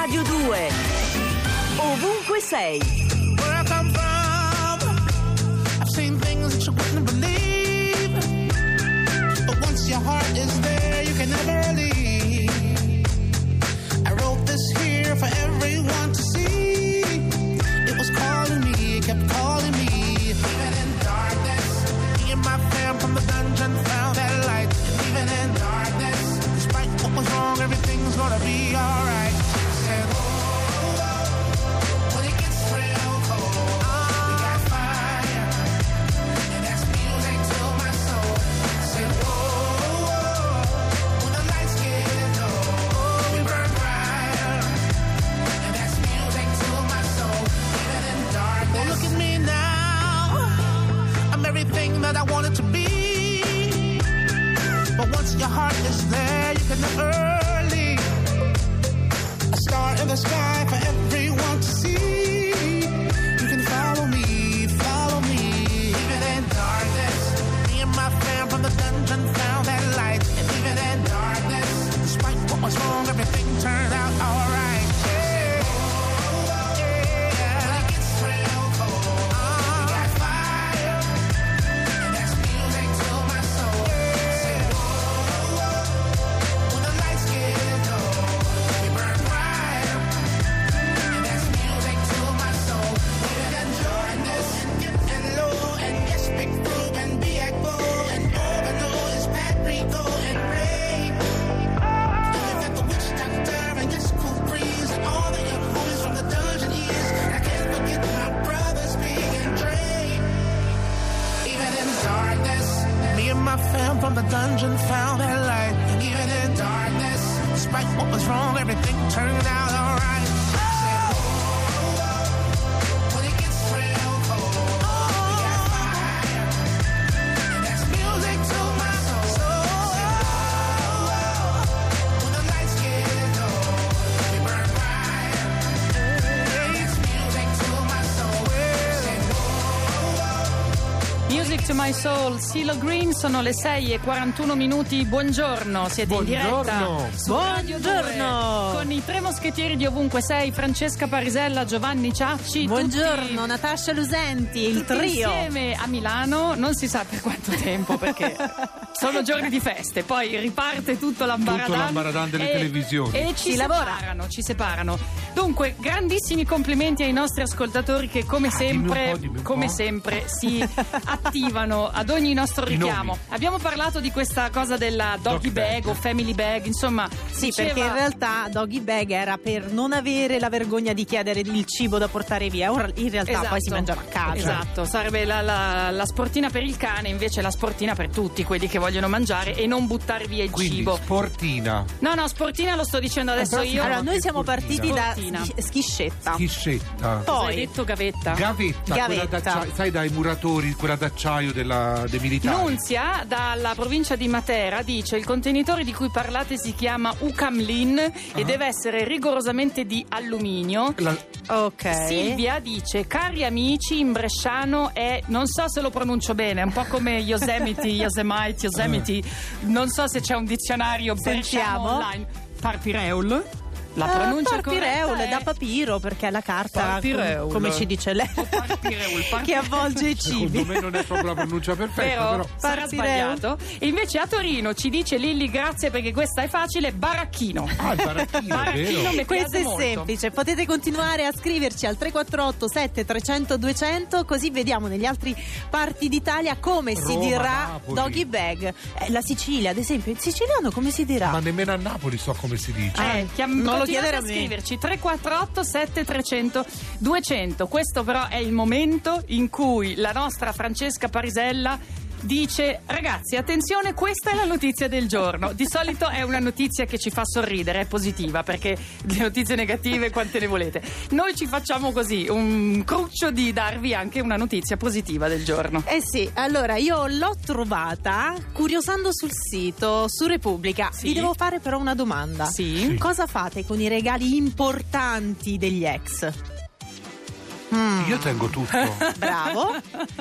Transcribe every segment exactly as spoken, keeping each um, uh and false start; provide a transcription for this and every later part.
Radio due. Ovunque sei. Where I come from, I've seen things that you wouldn't believe. But once your heart is there, you can never leave. I wrote this here for everyone to see. It was calling me, it kept calling me. Even in darkness, me and my fam from the dungeon found that light. And even in darkness, despite what was wrong, everything's gonna be alright. Said, oh, oh, oh, when it gets real cold, we got fire, and that's music to my soul. Said, oh, oh, oh, when the lights get low, we burn brighter, and that's music to my soul. Even in darkness, well, look at me now, I'm everything that I wanted to be. But once your heart is there, you can never leave. A star in the sky for everyone to see. You can follow me, follow me. Even in darkness, me and my fam from the dungeon found that light. And even in darkness, despite what was wrong, everything turned out alright. Yeah. Oh, yeah. When it gets real cold, we got fire, and that's music to my soul. Say, oh, oh, when the lights get low, we burn brighter, and that's music to my soul. Even in darkness, and low, and yes, big blue, and be echo, and overload is Patrico and Ray. Live at the witch doctor, and yes, cool breeze, and all the young boys from the dungeon years. I can't forget my brothers, Big and Dre. Even in darkness, me and my fam from the dungeon found that light. And even in darkness, despite what was wrong, everything turned out alright. Said, oh, oh, oh, when it gets real cold, we got fire, and that's music to my soul. Said, oh, oh, when the lights get low, we burn brighter, yeah, it's music to my soul. Said, oh, oh, Music to my soul, CeeLo Green, sono le sei e quarantuno minuti. Buongiorno, siete Buongiorno. in diretta su Radio Buongiorno. due con i tre moschettieri di Ovunque Sei, Francesca Parisella, Giovanni Ciacci. Buongiorno, tutti, Natascia Lusenti, il tutti trio. insieme a Milano, non si sa per quanto tempo perché sono giorni di feste, poi riparte tutto l'ambaradan. Tutto l'ambaradan delle e, televisioni. E ci Si separano, ci separano. Dunque, grandissimi complimenti ai nostri ascoltatori che come Ah, dimmi un sempre, po', dimmi un come po'. sempre si attivano ad ogni nostro I richiamo. nomi. Abbiamo parlato di questa cosa della doggy Doggy bag, bag. o family bag, insomma. Sì, diceva- perché in realtà doggy bag era per non avere la vergogna di chiedere il cibo da portare via. Ora in realtà Esatto. poi si mangiava a casa. Esatto, sarebbe la, la- la sportina per il cane, invece la sportina per tutti quelli che vogliono mangiare e non buttare via il Quindi cibo. sportina, No, no, sportina lo sto dicendo adesso però- io. Allora, noi siamo partiti da Sportina. schis- schiscetta. Cosa schiscetta, hai Poi detto, gavetta? gavetta, quella Gavetta. d'acciaio, sai, dai muratori, quella d'acciaio della, dei militari. Nunzia, dalla provincia di Matera, dice: il contenitore di cui parlate si chiama Ucamlin e deve essere rigorosamente di alluminio. La- Ok. Silvia dice: cari amici, in bresciano è, non so se lo pronuncio bene, è un po' come Yosemite, Yosemite, Yosemite, non so se c'è un dizionario bresciano Sentiamo. online. Parpireul, la Ah, pronuncia corretta Parpireul, è da papiro, perché è la carta, Parpireul. com- come ci dice lei, Parpireul, che Parpireul. avvolge i secondo cibi. me non è proprio la pronuncia perfetta, Però, però sarà Parpireul. sbagliato. E invece a Torino ci dice Lilli: grazie perché questa è facile, baracchino. ah, il baracchino, è Baracchino vero. mi Questo piace è molto. semplice, potete continuare a scriverci al tre quattro otto sette tre zero zero due zero zero, così vediamo negli altri parti d'Italia come si Roma, dirà Napoli. doggy bag. Eh, la Sicilia, ad esempio, in siciliano come si dirà? Ma nemmeno a Napoli so come si dice. Eh, chiam- non lo continuate chiedere a a me. scriverci tre quattro otto sette tre zero zero due zero zero. Questo però è il momento in cui la nostra Francesca Parisella dice: ragazzi, attenzione, questa è la notizia del giorno. Di solito è una notizia che ci fa sorridere, è positiva, perché le notizie negative quante ne volete. Noi ci facciamo così un cruccio di darvi anche una notizia positiva del giorno. Eh sì, allora io l'ho trovata curiosando sul sito, su Repubblica. Sì. Vi devo fare però una domanda. Sì. Cosa fate con i regali importanti degli ex? Io tengo tutto. Bravo.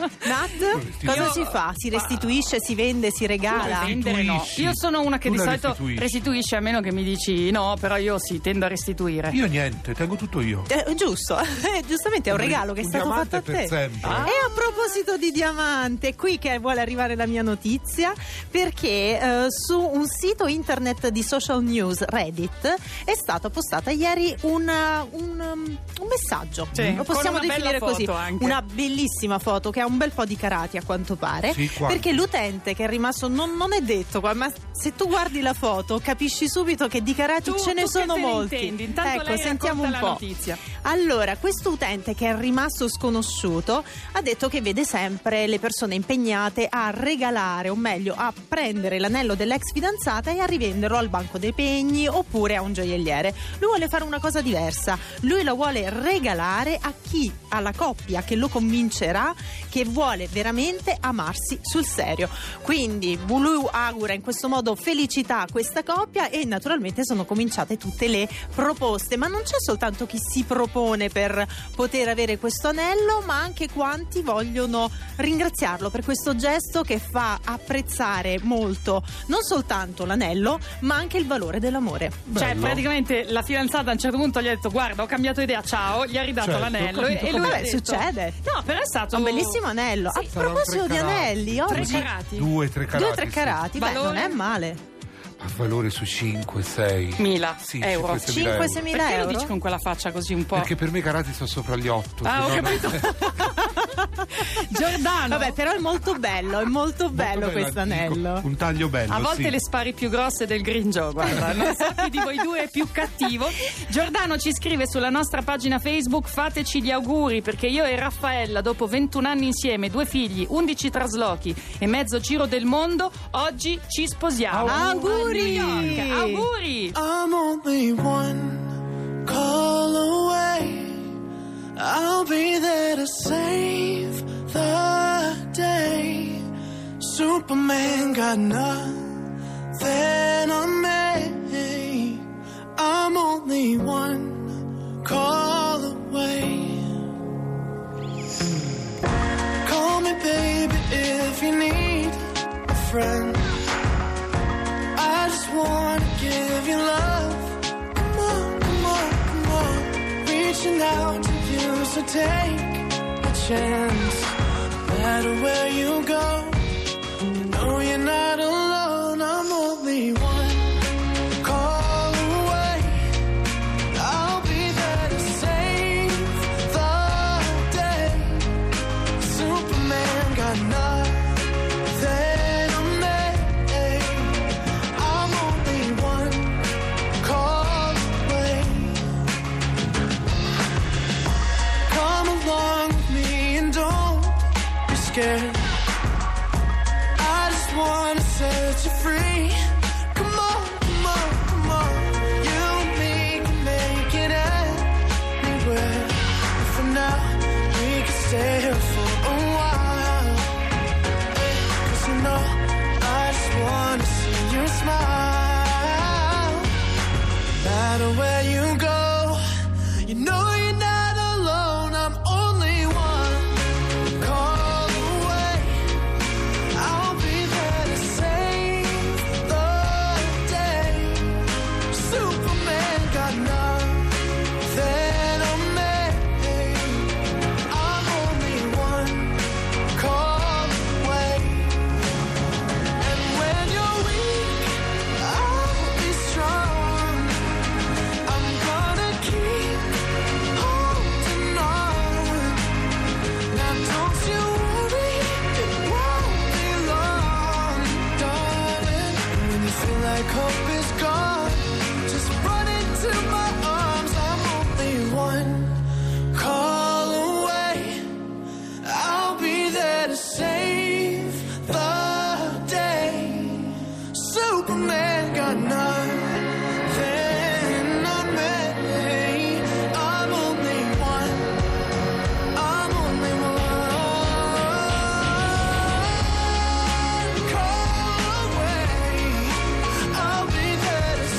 Nat, cosa Io- si fa? Si restituisce, si vende, si regala? No, vendere no. Restituisci. Io sono una che Tu di la solito restituisci. restituisce, a meno che mi dici no, però io sì, tendo a restituire. Io niente, tengo tutto io. Eh, giusto, Eh, giustamente è un regalo che è Un stato diamante fatto a te. per sempre. Ah. E a proposito di diamante, qui che vuole arrivare la mia notizia, perché eh, su un sito internet di social news, Reddit, è stata postata ieri una- un, um, un messaggio. Sì, Lo con possiamo una definire bella così. foto anche. Una bellissima foto che ha un bel po' di carati a quanto pare. Sì, quanti? Perché l'utente che è rimasto, non, non è detto qua, ma se tu guardi la foto capisci subito che di carati Tu- ce ne tu che sono te ne molti. intendi? Intanto ecco, lei sentiamo un racconta po'. la notizia. Allora, questo utente che è rimasto sconosciuto ha detto che vede sempre le persone impegnate a regalare, o meglio, a prendere l'anello dell'ex fidanzata e a rivenderlo al banco dei pegni oppure a un gioielliere. Lui vuole fare una cosa diversa. Lui lo vuole regalare a chi, alla coppia che lo convincerà che vuole veramente amarsi sul serio. Quindi lui augura in questo modo felicità a questa coppia e naturalmente sono cominciate tutte le proposte, ma non c'è soltanto chi si propone per poter avere questo anello, ma anche quanti vogliono ringraziarlo per questo gesto che fa apprezzare molto non soltanto l'anello, ma anche il valore dell'amore. Cioè, Bello. praticamente la fidanzata a un certo punto gli ha detto guarda, ho cambiato idea, ciao, gli ha ridato Certo, l'anello ho capito, e lui Vabbè, ha detto, succede. no, però è stato Un bellissimo anello. Sì. A Saranno proposito tre di carati. anelli, tre oggi carati. Due, tre carati. due o tre sì. carati, beh, Valore? non è male. A valore su cinque, sei. Mila Sì, euro. cinque, cinque sei sei Perché mila lo euro? dici con quella faccia così un po'? Perché per me i carati sono sopra gli otto. Ah, ho se no- capito. Giordano, Vabbè, però è molto bello, è molto bello Molto questo bella, dico, anello. Un taglio bello. a volte sì. le spari più grosse del Green Joe, guarda, non so chi di voi due è più cattivo. Giordano ci scrive sulla nostra pagina Facebook: fateci gli auguri perché io e Raffaella, dopo ventuno anni insieme, due figli, undici traslochi e mezzo giro del mondo, oggi ci sposiamo. Auguri! A New York. Auguri! I'm only one call away. I'll be there to save the day. Superman got nothing on me. I'm only one call away. Call me baby if you need a friend. I just wanna give you love. Come on, come on, come on. Reaching out to you, so take a chance. No matter where you go, you know you're not alone. I'm only one call away. I'll be there to save the day. Superman got nothing on me. I'm only one call away. Come along with me and don't be scared. I just wanna set you free. Come on, come on, come on. You and me can make it anywhere. But for now, we can stay here for a while. 'Cause you know, I just wanna see you smile. No matter where you go, you know you're not alone. I'm only one call away. I'll be there to save the day. Superman got nothing on me. I'm only one call away. And when you're weak, I'll be strong. I'm gonna keep holding on. Now don't you worry, it won't be long, darling. When you feel like hope is gone, just run into my arms. I'm only one call away. I'll be there to save the day. Superman got nothing on me. I'm only one. I'm only one call away. I'll be there to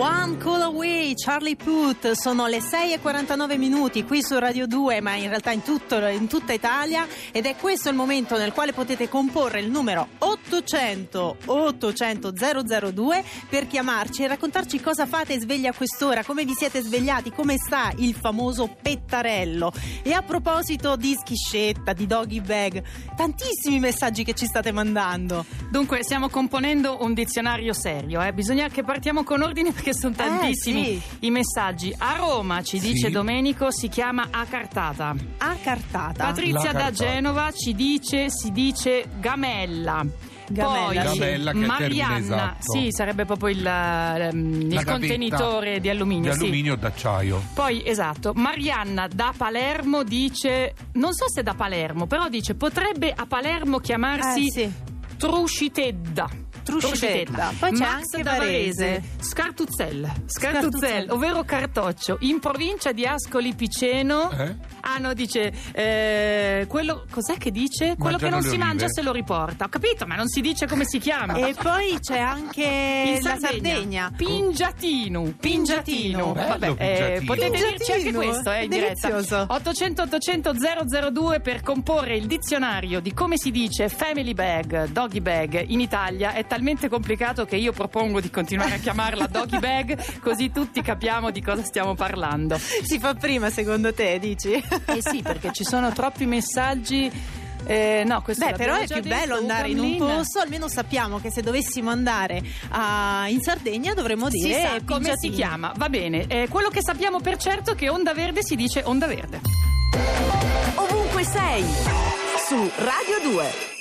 One Call Away, Charlie Puth. Sono le sei e quarantanove minuti qui su Radio due, ma in realtà in, tutto, in tutta Italia, ed è questo il momento nel quale potete comporre il numero ottocento ottocento zero zero due per chiamarci e raccontarci cosa fate svegli a quest'ora, come vi siete svegliati, come sta il famoso pettarello. E a proposito di schiscetta, di doggy bag, tantissimi messaggi che ci state mandando. Dunque, stiamo componendo un dizionario serio, eh? Bisogna che partiamo con ordine perché sono tantissimi Eh, sì. i messaggi. A Roma, ci dice Sì. Domenico, si chiama acartata. A cartata. Patrizia La da cartata. Genova ci dice, si dice gamella. Gamella, Poi sì. Gamella, che è il termine Marianna, esatto. sì, sarebbe proprio il, ehm, il La gavetta contenitore di alluminio. Di sì. alluminio o d'acciaio. Poi, esatto, Marianna da Palermo dice, non so se da Palermo, però dice potrebbe a Palermo chiamarsi Eh, sì. Truscitedda. Truscitedda. Poi c'è Max anche da Varese. Scartuzzella. Scartuzzella. Scartuzzella, ovvero cartoccio. In provincia di Ascoli Piceno. Eh? Ah no, dice eh, quello, cos'è che dice? Quello che Mangiano non le si olive. mangia se lo riporta. Ho capito, ma non si dice come si chiama. E poi c'è anche In la Sardegna. Pingiatino. Pingiatino. Bello, Vabbè, eh, Pingiatino. potete dirci anche Pingiatino, questo, eh, in diretta. delizioso. ottocento ottocento zero zero due per comporre il dizionario di come si dice family bag, doggy bag in Italia. È talmente complicato che io propongo di continuare a chiamarla doggy bag, così tutti capiamo di cosa stiamo parlando. Si fa prima, secondo te, dici? Eh sì, perché ci sono troppi messaggi. Eh, no, questo Beh, però l'abbiamo è già più detto, bello andare in un Ugamlin. posto, almeno sappiamo che se dovessimo andare a- in Sardegna dovremmo Si dire sa come si Pingiatino. chiama, va bene. Eh, quello che sappiamo per certo è che Onda Verde si dice Onda Verde. Ovunque sei, su Radio due.